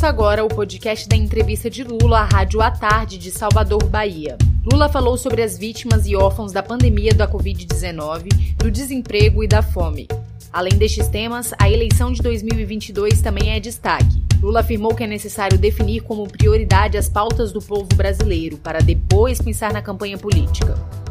Ouça agora o podcast da entrevista de Lula à Rádio à Tarde de Salvador, Bahia. Lula falou sobre as vítimas e órfãos da pandemia da Covid-19, do desemprego e da fome. Além destes temas, a eleição de 2022 também é destaque. Lula afirmou que é necessário definir como prioridade as pautas do povo brasileiro, para depois pensar na campanha política.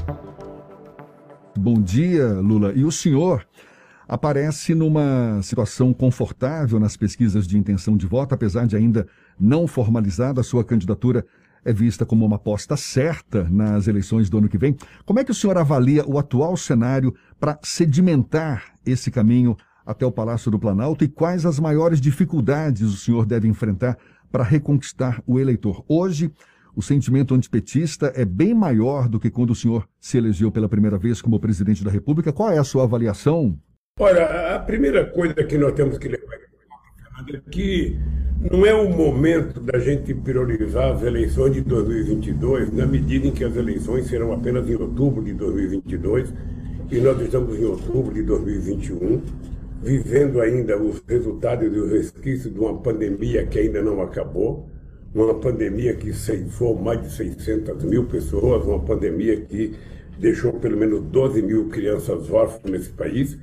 Bom dia, Lula. E o senhor aparece numa situação confortável nas pesquisas de intenção de voto, apesar de ainda não formalizada, a sua candidatura é vista como uma aposta certa nas eleições do ano que vem. Como é que o senhor avalia o atual cenário para sedimentar esse caminho até o Palácio do Planalto e quais as maiores dificuldades o senhor deve enfrentar para reconquistar o eleitor? Hoje, o sentimento antipetista é bem maior do que quando o senhor se elegeu pela primeira vez como presidente da República. Qual é a sua avaliação? Olha, a primeira coisa que nós temos que levar em conta é que não é o momento da gente priorizar as eleições de 2022 na medida em que as eleições serão apenas em outubro de 2022 e nós estamos em outubro de 2021, vivendo ainda os resultados e os resquícios de uma pandemia que ainda não acabou, uma pandemia que ceifou mais de 600 mil pessoas, uma pandemia que deixou pelo menos 12 mil crianças órfãs nesse país.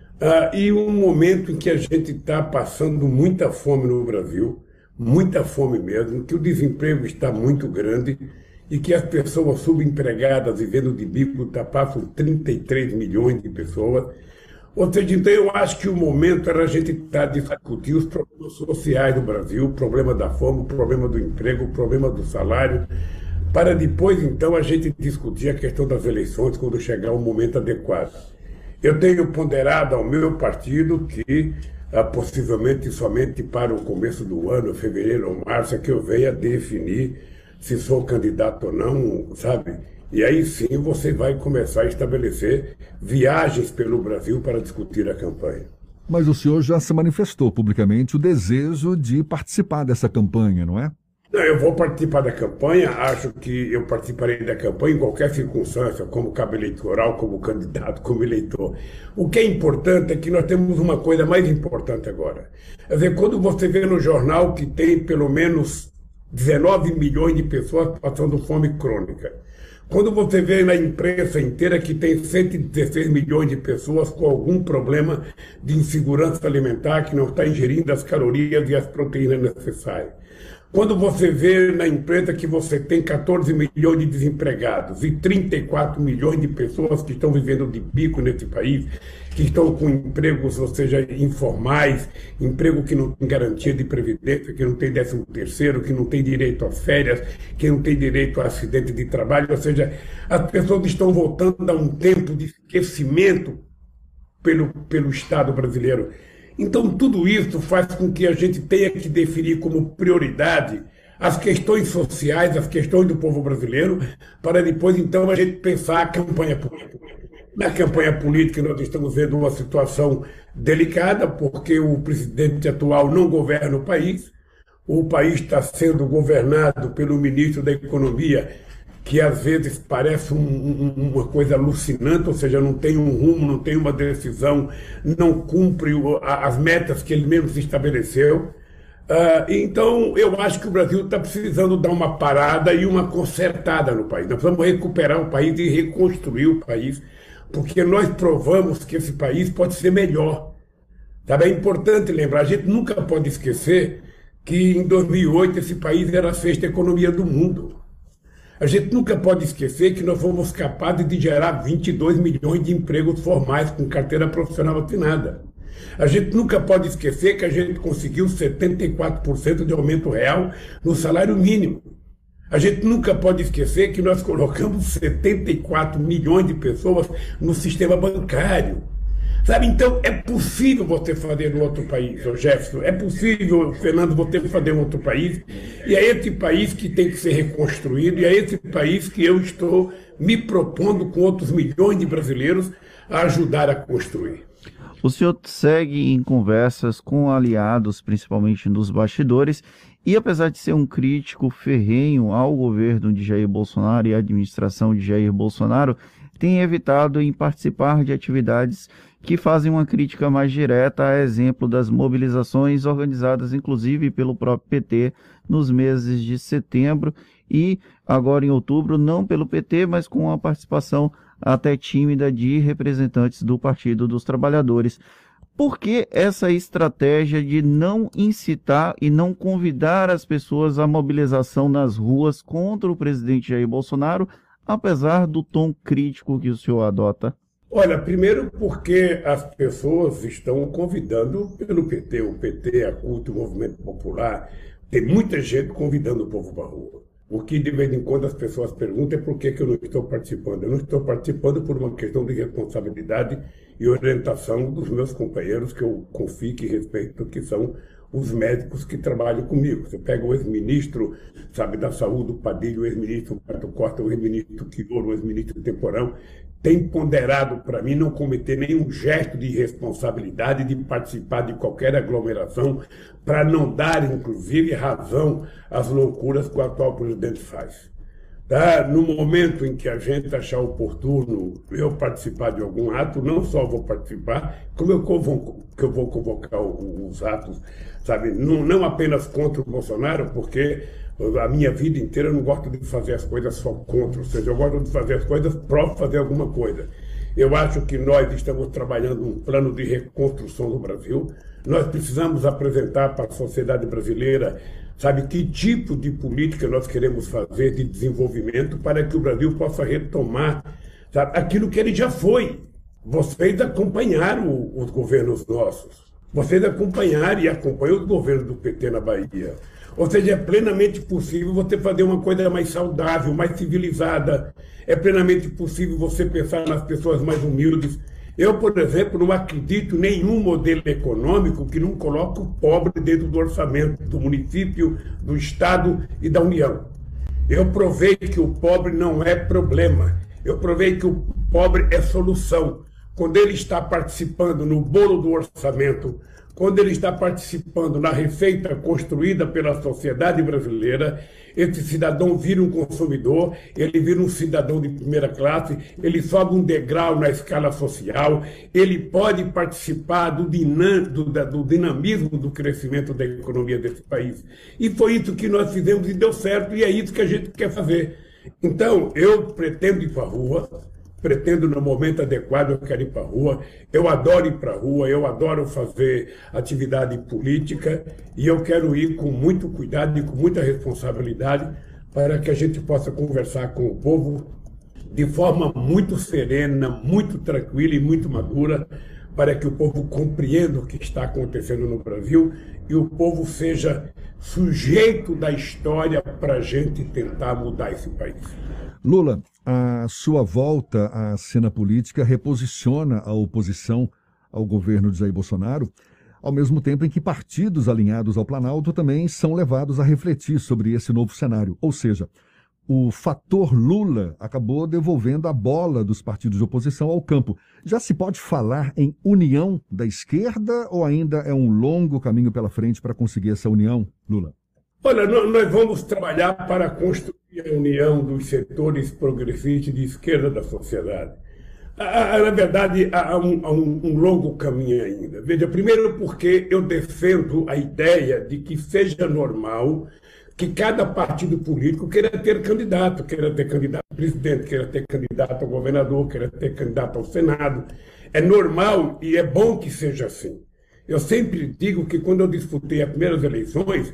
E um momento em que a gente está passando muita fome no Brasil, muita fome mesmo, que o desemprego está muito grande e que as pessoas subempregadas vivendo de bico passam 33 milhões de pessoas. Ou seja, então eu acho que o momento era a gente estar discutir os problemas sociais do Brasil, o problema da fome, o problema do emprego, o problema do salário, para depois então a gente discutir a questão das eleições quando chegar o momento adequado. Eu tenho ponderado ao meu partido que, possivelmente somente para o começo do ano, fevereiro ou março, é que eu venha definir se sou candidato ou não, sabe? E aí sim você vai começar a estabelecer viagens pelo Brasil para discutir a campanha. Mas o senhor já se manifestou publicamente o desejo de participar dessa campanha, não é? Não, eu vou participar da campanha, acho que eu participarei da campanha em qualquer circunstância, como cabo eleitoral, como candidato, como eleitor. O que é importante é que nós temos uma coisa mais importante agora. Quer dizer, quando você vê no jornal que tem pelo menos 19 milhões de pessoas passando fome crônica, quando você vê na imprensa inteira que tem 116 milhões de pessoas com algum problema de insegurança alimentar, que não está ingerindo as calorias e as proteínas necessárias, quando você vê na imprensa que você tem 14 milhões de desempregados e 34 milhões de pessoas que estão vivendo de bico nesse país, que estão com empregos, ou seja, informais, emprego que não tem garantia de previdência, que não tem 13º, que não tem direito às férias, que não tem direito a acidente de trabalho, ou seja, as pessoas estão voltando a um tempo de esquecimento pelo Estado brasileiro. Então, tudo isso faz com que a gente tenha que definir como prioridade as questões sociais, as questões do povo brasileiro, para depois, então, a gente pensar a campanha política. Na campanha política, nós estamos vendo uma situação delicada, porque o presidente atual não governa o país está sendo governado pelo ministro da Economia, que às vezes parece uma coisa alucinante, ou seja, não tem um rumo, não tem uma decisão, não cumpre as metas que ele mesmo se estabeleceu. Então, eu acho que o Brasil está precisando dar uma parada e uma consertada no país. Nós vamos recuperar o país e reconstruir o país, porque nós provamos que esse país pode ser melhor. Sabe? É importante lembrar, a gente nunca pode esquecer que em 2008 esse país era a sexta economia do mundo. A gente nunca pode esquecer que nós fomos capazes de gerar 22 milhões de empregos formais com carteira profissional assinada. A gente nunca pode esquecer que a gente conseguiu 74% de aumento real no salário mínimo. A gente nunca pode esquecer que nós colocamos 74 milhões de pessoas no sistema bancário. Sabe, então é possível você fazer um outro país, Jefferson, é possível, Fernando, você fazer um outro país, e é esse país que tem que ser reconstruído, e é esse país que eu estou me propondo com outros milhões de brasileiros a ajudar a construir. O senhor segue em conversas com aliados, principalmente nos bastidores, e apesar de ser um crítico ferrenho ao governo de Jair Bolsonaro e à administração de Jair Bolsonaro, tem evitado em participar de atividades que fazem uma crítica mais direta, a exemplo das mobilizações organizadas inclusive pelo próprio PT nos meses de setembro e agora em outubro, não pelo PT, mas com a participação até tímida de representantes do Partido dos Trabalhadores. Por que essa estratégia de não incitar e não convidar as pessoas à mobilização nas ruas contra o presidente Jair Bolsonaro, apesar do tom crítico que o senhor adota? Olha, primeiro porque as pessoas estão convidando pelo PT, o PT, a CUT, o Movimento Popular, tem muita gente convidando o povo para a rua. O que de vez em quando as pessoas perguntam é por que eu não estou participando. Eu não estou participando por uma questão de responsabilidade e orientação dos meus companheiros, que eu confio e respeito, que são os médicos que trabalham comigo. Você pega o ex-ministro, da Saúde, o Padilha, o ex-ministro Humberto Costa, o ex-ministro Quiroro, o ex-ministro Temporão, tem ponderado para mim não cometer nenhum gesto de irresponsabilidade de participar de qualquer aglomeração para não dar, inclusive, razão às loucuras que o atual presidente faz. Tá? No momento em que a gente achar oportuno eu participar de algum ato, não só vou participar, como eu vou convocar os atos, não apenas contra o Bolsonaro, porque a minha vida inteira eu não gosto de fazer as coisas só contra, ou seja, eu gosto de fazer as coisas para fazer alguma coisa. Eu acho que nós estamos trabalhando um plano de reconstrução do Brasil. Nós precisamos apresentar para a sociedade brasileira, que tipo de política nós queremos fazer de desenvolvimento para que o Brasil possa retomar, aquilo que ele já foi. Vocês acompanharam os governos nossos. Vocês acompanharam e acompanham os governos do PT na Bahia. Ou seja, é plenamente possível você fazer uma coisa mais saudável, mais civilizada. É plenamente possível você pensar nas pessoas mais humildes. Eu, por exemplo, não acredito em nenhum modelo econômico que não coloque o pobre dentro do orçamento do município, do Estado e da União. Eu provei que o pobre não é problema. Eu provei que o pobre é solução. Quando ele está participando no bolo do orçamento, quando ele está participando na receita construída pela sociedade brasileira, esse cidadão vira um consumidor, ele vira um cidadão de primeira classe, ele sobe um degrau na escala social, ele pode participar do dinamismo do crescimento da economia desse país. E foi isso que nós fizemos e deu certo, e é isso que a gente quer fazer. Então, eu pretendo ir para a rua, pretendo no momento adequado, eu quero ir para a rua, eu adoro ir para a rua, eu adoro fazer atividade política e eu quero ir com muito cuidado e com muita responsabilidade para que a gente possa conversar com o povo de forma muito serena, muito tranquila e muito madura, para que o povo compreenda o que está acontecendo no Brasil e o povo seja sujeito da história para a gente tentar mudar esse país. Lula, a sua volta à cena política reposiciona a oposição ao governo de Jair Bolsonaro, ao mesmo tempo em que partidos alinhados ao Planalto também são levados a refletir sobre esse novo cenário. Ou seja, o fator Lula acabou devolvendo a bola dos partidos de oposição ao campo. Já se pode falar em união da esquerda ou ainda é um longo caminho pela frente para conseguir essa união, Lula? Olha, nós vamos trabalhar para construir a união dos setores progressistas de esquerda da sociedade. Na verdade, há um longo caminho ainda. Veja, primeiro porque eu defendo a ideia de que seja normal que cada partido político queira ter candidato a presidente, queira ter candidato a governador, queira ter candidato ao Senado. É normal e é bom que seja assim. Eu sempre digo que quando eu disputei as primeiras eleições,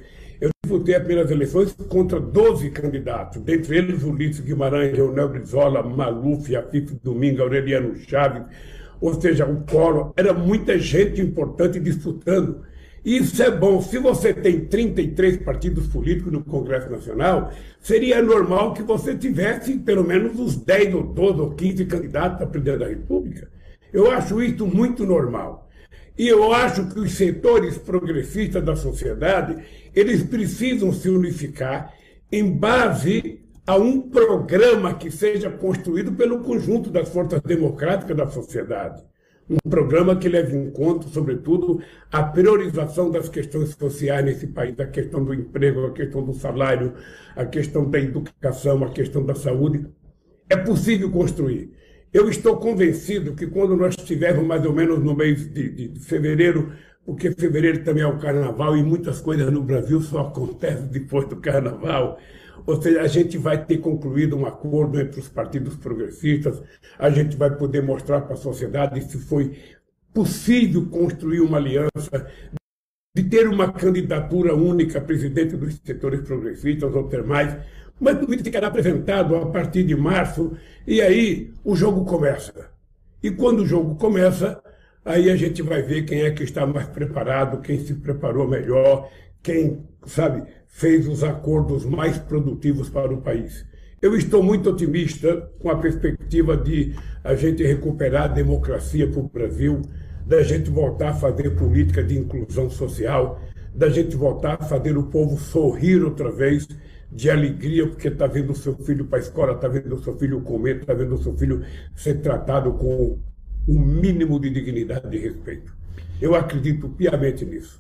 contra 12 candidatos, dentre eles Ulisses Guimarães, Leonel Brizola, Maluf, Afif Domingo, Aureliano Chaves, ou seja, o Collor, era muita gente importante disputando. Isso é bom. Se você tem 33 partidos políticos no Congresso Nacional, seria normal que você tivesse pelo menos uns 10 ou 12 ou 15 candidatos a presidente da República. Eu acho isso muito normal. E eu acho que os setores progressistas da sociedade, eles precisam se unificar em base a um programa que seja construído pelo conjunto das forças democráticas da sociedade. Um programa que leve em conta, sobretudo, a priorização das questões sociais nesse país, a questão do emprego, a questão do salário, a questão da educação, a questão da saúde. É possível construir. Eu estou convencido que quando nós estivermos mais ou menos no mês de fevereiro, porque fevereiro também é o carnaval e muitas coisas no Brasil só acontecem depois do carnaval, ou seja, a gente vai ter concluído um acordo entre os partidos progressistas, a gente vai poder mostrar para a sociedade se foi possível construir uma aliança, de ter uma candidatura única a presidente dos setores progressistas ou ter mais, mas tudo isso ficará apresentado a partir de março, e aí o jogo começa. E quando o jogo começa, aí a gente vai ver quem é que está mais preparado, quem se preparou melhor, quem, sabe, fez os acordos mais produtivos para o país. Eu estou muito otimista com a perspectiva de a gente recuperar a democracia para o Brasil, da gente voltar a fazer política de inclusão social, da gente voltar a fazer o povo sorrir outra vez, de alegria, porque está vendo o seu filho para a escola, está vendo o seu filho comer, está vendo o seu filho ser tratado com o mínimo de dignidade e respeito. Eu acredito piamente nisso.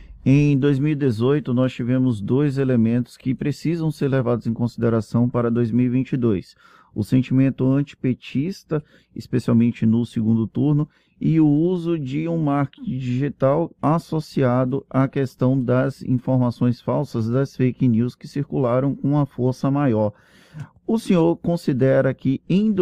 Em 2018, nós tivemos 2 elementos que precisam ser levados em consideração para 2022. O sentimento antipetista, especialmente no segundo turno, e o uso de um marketing digital associado à questão das informações falsas, das fake news que circularam com uma força maior. O senhor considera que em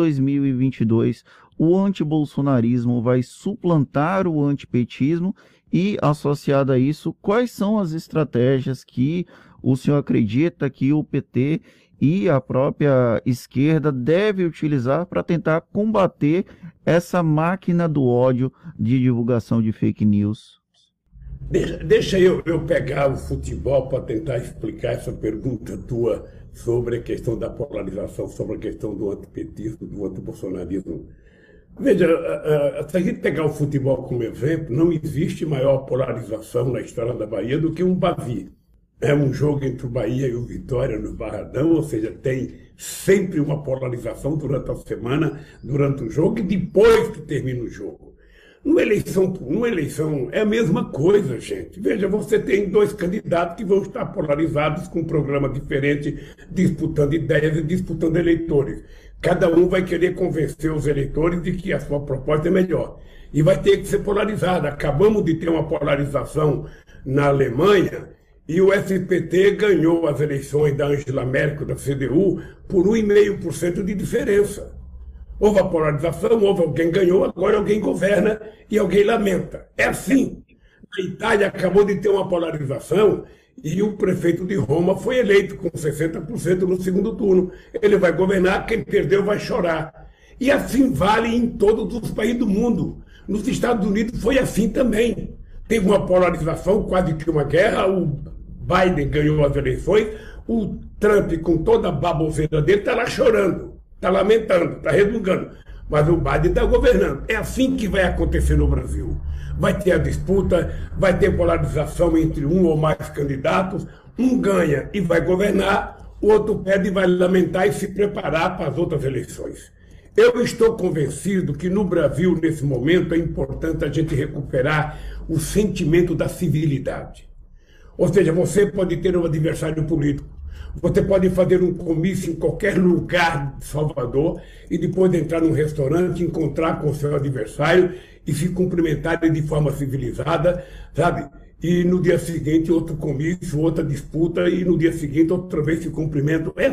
2022 o antibolsonarismo vai suplantar o antipetismo e, associado a isso, quais são as estratégias que o senhor acredita que o PT e a própria esquerda deve utilizar para tentar combater essa máquina do ódio de divulgação de fake news? Deixa eu pegar o futebol para tentar explicar essa pergunta tua sobre a questão da polarização, sobre a questão do antipetismo, do antibolsonarismo. Veja, se a gente pegar o futebol como exemplo, não existe maior polarização na história da Bahia do que um Bavi. É um jogo entre o Bahia e o Vitória no Barradão, ou seja, tem sempre uma polarização durante a semana, durante o jogo e depois que termina o jogo. Numa eleição é a mesma coisa, gente. Veja, você tem 2 candidatos que vão estar polarizados com um programa diferente, disputando ideias e disputando eleitores. Cada um vai querer convencer os eleitores de que a sua proposta é melhor. E vai ter que ser polarizada. Acabamos de ter uma polarização na Alemanha e o SPT ganhou as eleições da Angela Merkel, da CDU, por 1,5% de diferença. Houve a polarização, alguém ganhou, agora alguém governa e alguém lamenta. É assim. A Itália acabou de ter uma polarização e o prefeito de Roma foi eleito com 60% no segundo turno. Ele vai governar, quem perdeu vai chorar. E assim vale em todos os países do mundo. Nos Estados Unidos foi assim também. Teve uma polarização, quase que uma guerra, o Biden ganhou as eleições, o Trump, com toda a baboseira dele, está lá chorando, está lamentando, está resmungando. Mas o Biden está governando. É assim que vai acontecer no Brasil. Vai ter a disputa, vai ter polarização entre um ou mais candidatos, um ganha e vai governar, o outro perde e vai lamentar e se preparar para as outras eleições. Eu estou convencido que no Brasil, nesse momento, é importante a gente recuperar o sentimento da civilidade. Ou seja, você pode ter um adversário político, você pode fazer um comício em qualquer lugar de Salvador e depois entrar num restaurante, encontrar com o seu adversário e se cumprimentarem de forma civilizada, sabe? E no dia seguinte outro comício, outra disputa e no dia seguinte outra vez se cumprimentam. É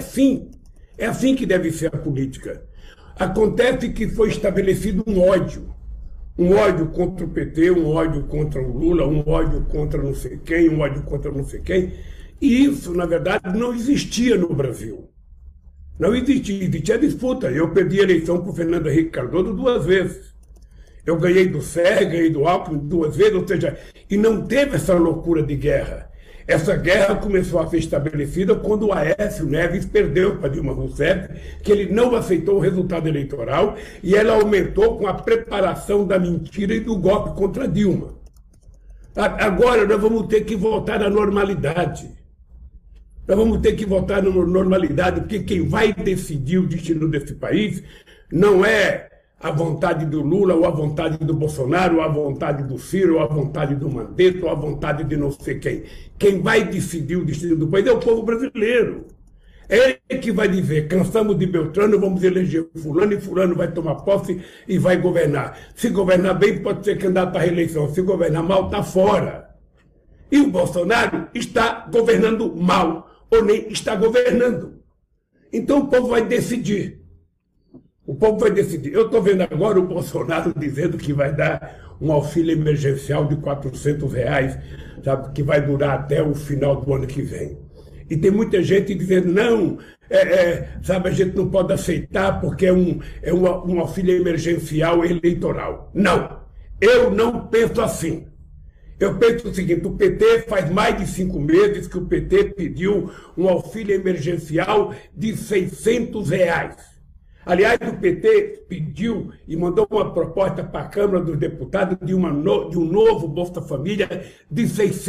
assim que deve ser a política. Acontece que foi estabelecido um ódio contra o PT, um ódio contra o Lula, um ódio contra não sei quem, um ódio contra não sei quem. E isso, na verdade, não existia no Brasil. Não existia disputa. Eu perdi a eleição para o Fernando Henrique Cardoso 2 vezes. Eu ganhei do Serra, ganhei do Alckmin 2 vezes, ou seja, e não teve essa loucura de guerra. Essa guerra começou a ser estabelecida quando o Aécio Neves perdeu para Dilma Rousseff, que ele não aceitou o resultado eleitoral e ela aumentou com a preparação da mentira e do golpe contra Dilma. Agora nós vamos ter que voltar à normalidade. Nós vamos ter que voltar à normalidade, porque quem vai decidir o destino desse país não é a vontade do Lula, ou a vontade do Bolsonaro, ou a vontade do Ciro, ou a vontade do Mandetta, ou a vontade de não sei quem. Quem vai decidir o destino do país é o povo brasileiro. É ele que vai dizer, cansamos de Beltrano, vamos eleger fulano, e fulano vai tomar posse e vai governar. Se governar bem, pode ser candidato à reeleição. Se governar mal, está fora. E o Bolsonaro está governando mal, ou nem está governando. Então o povo vai decidir. O povo vai decidir. Eu estou vendo agora o Bolsonaro dizendo que vai dar um auxílio emergencial de R$400, sabe, que vai durar até o final do ano que vem. E tem muita gente dizendo, não, sabe, a gente não pode aceitar porque é um auxílio emergencial eleitoral. Não, eu não penso assim. Eu penso o seguinte, o PT faz mais de 5 meses que o PT pediu um auxílio emergencial de R$600. Aliás, o PT pediu e mandou uma proposta para a Câmara dos Deputados de um novo Bolsa Família de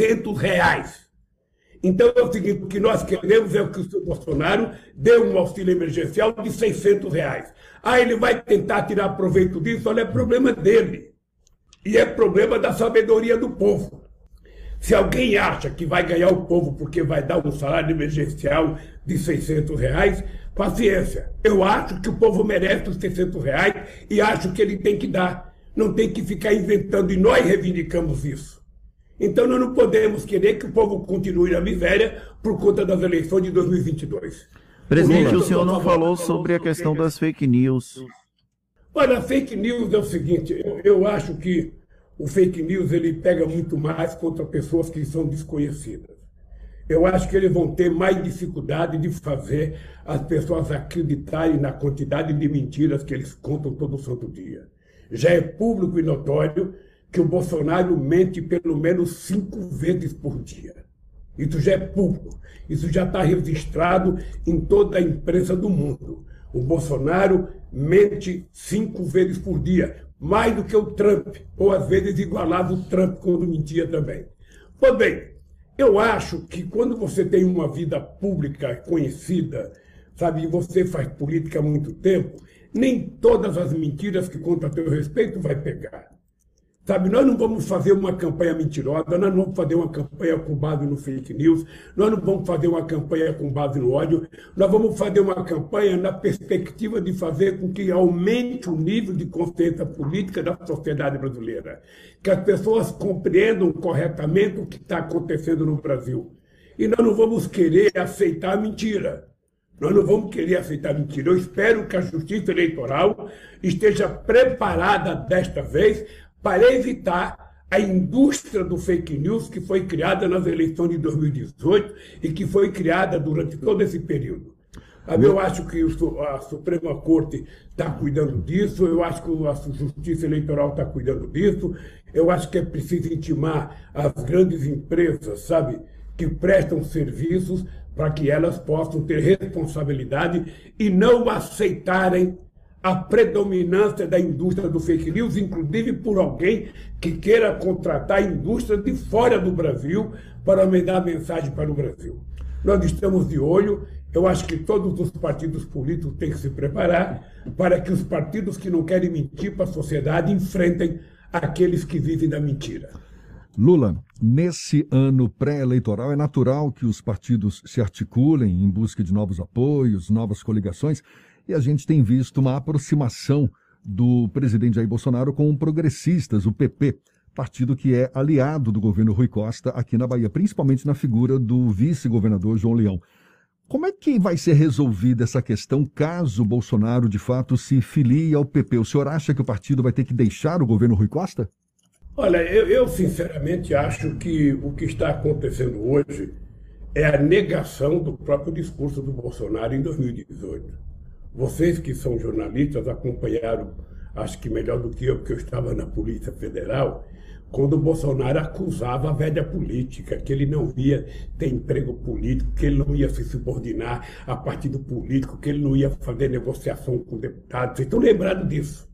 R$600. Então é o seguinte, o que nós queremos é que o senhor Bolsonaro dê um auxílio emergencial de R$600. Ah, ele vai tentar tirar proveito disso, olha, é problema dele. E é problema da sabedoria do povo. Se alguém acha que vai ganhar o povo porque vai dar um salário emergencial de R$600, paciência. Eu acho que o povo merece os R$600 e acho que ele tem que dar. Não tem que ficar inventando, e nós reivindicamos isso. Então nós não podemos querer que o povo continue na miséria por conta das eleições de 2022. Presidente, o senhor não falou sobre a questão das fake news. Olha, a fake news é o seguinte, eu acho que o fake news ele pega muito mais contra pessoas que são desconhecidas. Eu acho que eles vão ter mais dificuldade de fazer as pessoas acreditarem na quantidade de mentiras que eles contam todo santo dia. Já é público e notório que o Bolsonaro mente pelo menos 5 vezes por dia. Isso já é público, isso já está registrado em toda a imprensa do mundo. O Bolsonaro mente 5 vezes por dia, mais do que o Trump, ou às vezes igualava o Trump quando mentia também. Pois bem, eu acho que quando você tem uma vida pública conhecida, sabe, e você faz política há muito tempo, nem todas as mentiras que contam a teu respeito vai pegar. Sabe, nós não vamos fazer uma campanha mentirosa, nós não vamos fazer uma campanha com base no fake news, nós não vamos fazer uma campanha com base no ódio, nós vamos fazer uma campanha na perspectiva de fazer com que aumente o nível de consciência política da sociedade brasileira, que as pessoas compreendam corretamente o que está acontecendo no Brasil. E nós não vamos querer aceitar mentira. Nós não vamos querer aceitar mentira. Eu espero que a Justiça Eleitoral esteja preparada desta vez para evitar a indústria do fake news que foi criada nas eleições de 2018 e que foi criada durante todo esse período. Eu acho que a Suprema Corte está cuidando disso, eu acho que a Justiça Eleitoral está cuidando disso, eu acho que é preciso intimar as grandes empresas, sabe, que prestam serviços para que elas possam ter responsabilidade e não aceitarem a predominância da indústria do fake news, inclusive por alguém que queira contratar a indústria de fora do Brasil para mandar mensagem para o Brasil. Nós estamos de olho, eu acho que todos os partidos políticos têm que se preparar para que os partidos que não querem mentir para a sociedade enfrentem aqueles que vivem da mentira. Lula, nesse ano pré-eleitoral é natural que os partidos se articulem em busca de novos apoios, novas coligações, e a gente tem visto uma aproximação do presidente Jair Bolsonaro com o Progressistas, o PP, partido que é aliado do governo Rui Costa aqui na Bahia, principalmente na figura do vice-governador João Leão. Como é que vai ser resolvida essa questão caso Bolsonaro, de fato, se filie ao PP? O senhor acha que o partido vai ter que deixar o governo Rui Costa? Olha, eu sinceramente acho que o que está acontecendo hoje é a negação do próprio discurso do Bolsonaro em 2018. Vocês que são jornalistas acompanharam, acho que melhor do que eu, porque eu estava na Polícia Federal, quando o Bolsonaro acusava a velha política, que ele não ia ter emprego político, que ele não ia se subordinar a partido político, que ele não ia fazer negociação com deputados. Vocês estão lembrados disso?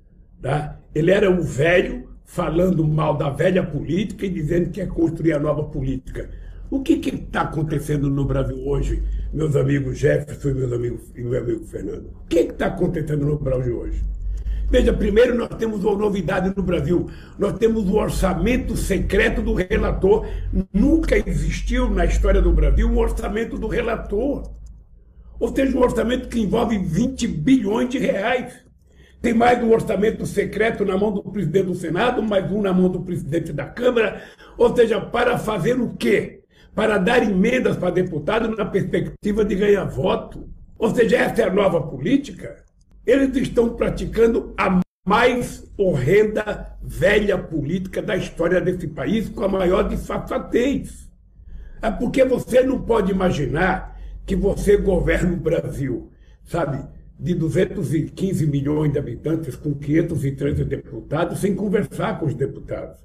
Tá? Ele era um velho falando mal da velha política e dizendo que ia construir a nova política. O que está acontecendo no Brasil hoje, meus amigos Jefferson e meu amigo Fernando? O que está acontecendo no Brasil hoje? Veja, primeiro nós temos uma novidade no Brasil. Nós temos o orçamento secreto do relator. Nunca existiu na história do Brasil um orçamento do relator. Ou seja, um orçamento que envolve 20 bilhões de reais. Tem mais um orçamento secreto na mão do presidente do Senado, mais um na mão do presidente da Câmara. Ou seja, para fazer o quê? Para dar emendas para deputados na perspectiva de ganhar voto. Ou seja, essa é a nova política. Eles estão praticando a mais horrenda, velha política da história desse país, com a maior disfarçatez. É porque você não pode imaginar que você governa o Brasil, sabe, de 215 milhões de habitantes, com 513 deputados, sem conversar com os deputados.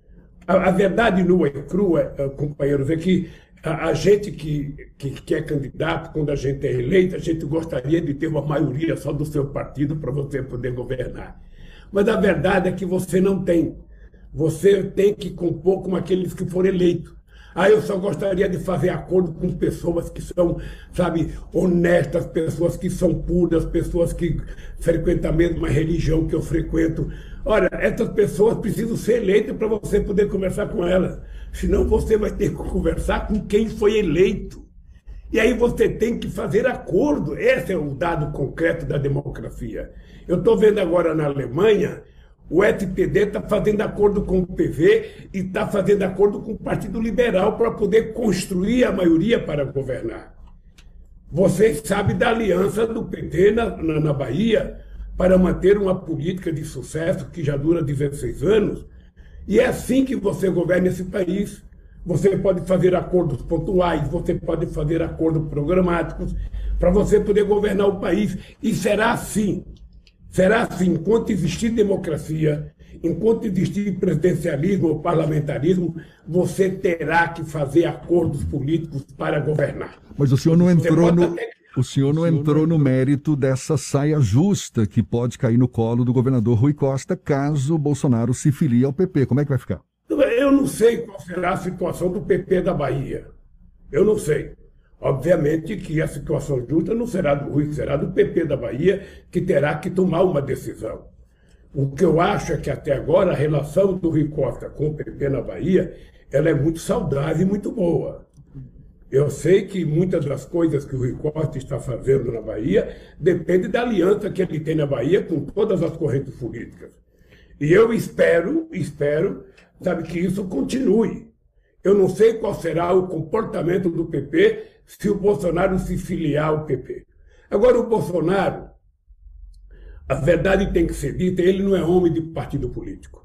A verdade nua e crua, companheiros, é que a gente que é candidato, quando a gente é eleito, a gente gostaria de ter uma maioria só do seu partido para você poder governar. Mas a verdade é que você não tem. Você tem que compor com aqueles que foram eleitos. Eu só gostaria de fazer acordo com pessoas que são, sabe, honestas, pessoas que são puras, pessoas que frequentam a mesma religião que eu frequento. Olha, essas pessoas precisam ser eleitas para você poder conversar com elas. Senão você vai ter que conversar com quem foi eleito. E aí você tem que fazer acordo. Esse é o dado concreto da democracia. Eu estou vendo agora na Alemanha, o SPD está fazendo acordo com o PV e está fazendo acordo com o Partido Liberal para poder construir a maioria para governar. Vocês sabem da aliança do PT na Bahia para manter uma política de sucesso que já dura 16 anos. E é assim que você governa esse país. Você pode fazer acordos pontuais, você pode fazer acordos programáticos para você poder governar o país. E será assim. Será assim, enquanto existir democracia, enquanto existir presidencialismo ou parlamentarismo, você terá que fazer acordos políticos para governar. Mas o senhor não entrou no mérito dessa saia justa que pode cair no colo do governador Rui Costa caso o Bolsonaro se filie ao PP. Como é que vai ficar? Eu não sei qual será a situação do PP da Bahia. Eu não sei. Obviamente que a situação justa não será do Rui, será do PP da Bahia, que terá que tomar uma decisão. O que eu acho é que até agora a relação do Rui Costa com o PP na Bahia, ela é muito saudável e muito boa. Eu sei que muitas das coisas que o Rui Costa está fazendo na Bahia depende da aliança que ele tem na Bahia com todas as correntes políticas. E eu espero, sabe, que isso continue. Eu não sei qual será o comportamento do PP se o Bolsonaro se filiar ao PP. Agora, o Bolsonaro, a verdade tem que ser dita, ele não é homem de partido político.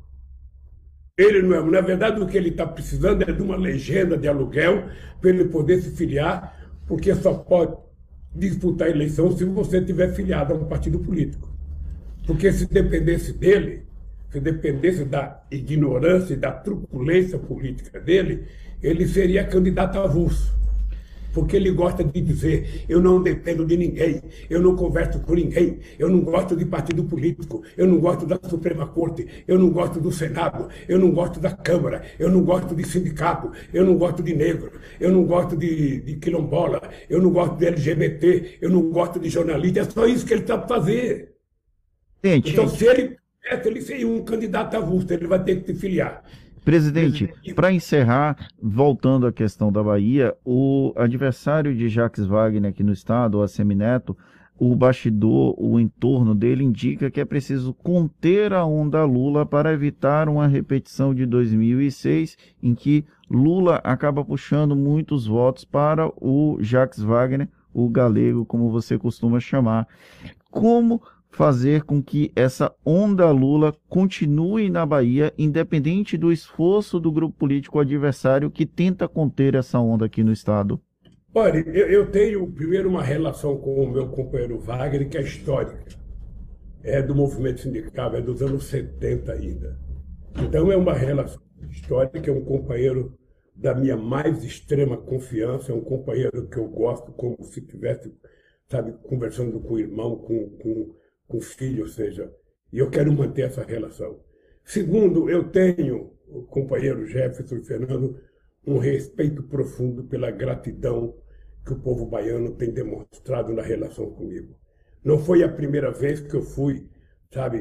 Ele não é. Na verdade, o que ele está precisando é de uma legenda de aluguel para ele poder se filiar, porque só pode disputar a eleição se você tiver filiado a um partido político. Porque se dependesse dele, se dependesse da ignorância e da truculência política dele, ele seria candidato avulso. Porque ele gosta de dizer, eu não dependo de ninguém, eu não converso com ninguém, eu não gosto de partido político, eu não gosto da Suprema Corte, eu não gosto do Senado, eu não gosto da Câmara, eu não gosto de sindicato, eu não gosto de negro, eu não gosto de quilombola, eu não gosto de LGBT, eu não gosto de jornalista, é só isso que ele sabe fazer. Então, se ele seria um candidato avulso, ele vai ter que se filiar. Presidente, para encerrar, voltando à questão da Bahia, o adversário de Jacques Wagner aqui no estado, o Assemineto, o bastidor, o entorno dele indica que é preciso conter a onda Lula para evitar uma repetição de 2006, em que Lula acaba puxando muitos votos para o Jacques Wagner, o galego, como você costuma chamar. Como fazer com que essa onda Lula continue na Bahia, independente do esforço do grupo político adversário que tenta conter essa onda aqui no estado? Olha, eu tenho primeiro uma relação com o meu companheiro Wagner, que é histórica. É do movimento sindical, é dos anos 70 ainda. Então é uma relação histórica, é um companheiro da minha mais extrema confiança, é um companheiro que eu gosto como se estivesse, sabe, conversando com o irmão, com o filho, ou seja, e eu quero manter essa relação. Segundo, eu tenho, o companheiro Jefferson e Fernando, um respeito profundo pela gratidão que o povo baiano tem demonstrado na relação comigo. Não foi a primeira vez que eu fui, sabe,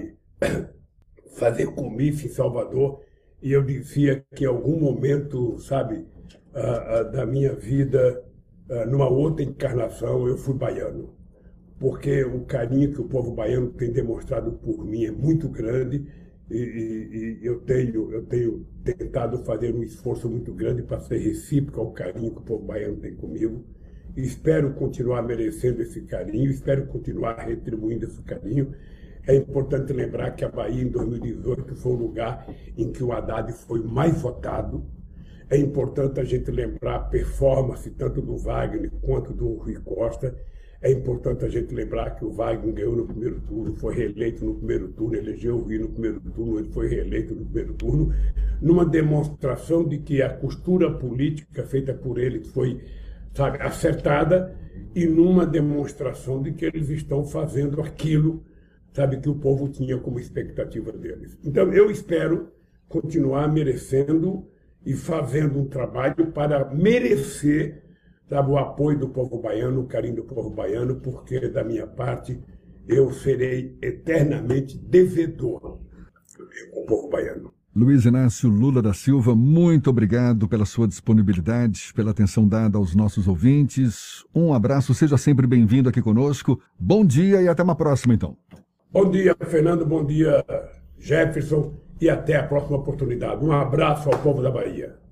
fazer comício em Salvador, e eu dizia que em algum momento, sabe, da minha vida, numa outra encarnação, eu fui baiano. Porque o carinho que o povo baiano tem demonstrado por mim é muito grande, e eu tenho tentado fazer um esforço muito grande para ser recíproco ao carinho que o povo baiano tem comigo. E espero continuar merecendo esse carinho, espero continuar retribuindo esse carinho. É importante lembrar que a Bahia, em 2018, foi o lugar em que o Haddad foi mais votado. É importante a gente lembrar a performance tanto do Wagner quanto do Rui Costa. É importante a gente lembrar que o Wagner ganhou no primeiro turno, foi reeleito no primeiro turno, elegeu o Rui no primeiro turno, ele foi reeleito no primeiro turno, numa demonstração de que a costura política feita por eles foi, sabe, acertada, e numa demonstração de que eles estão fazendo aquilo, sabe, que o povo tinha como expectativa deles. Então, eu espero continuar merecendo e fazendo um trabalho para merecer, sabe, o apoio do povo baiano, o carinho do povo baiano, porque, da minha parte, eu serei eternamente devedor ao povo baiano. Luiz Inácio Lula da Silva, muito obrigado pela sua disponibilidade, pela atenção dada aos nossos ouvintes. Um abraço, seja sempre bem-vindo aqui conosco. Bom dia e até uma próxima, então. Bom dia, Fernando, bom dia, Jefferson, e até a próxima oportunidade. Um abraço ao povo da Bahia.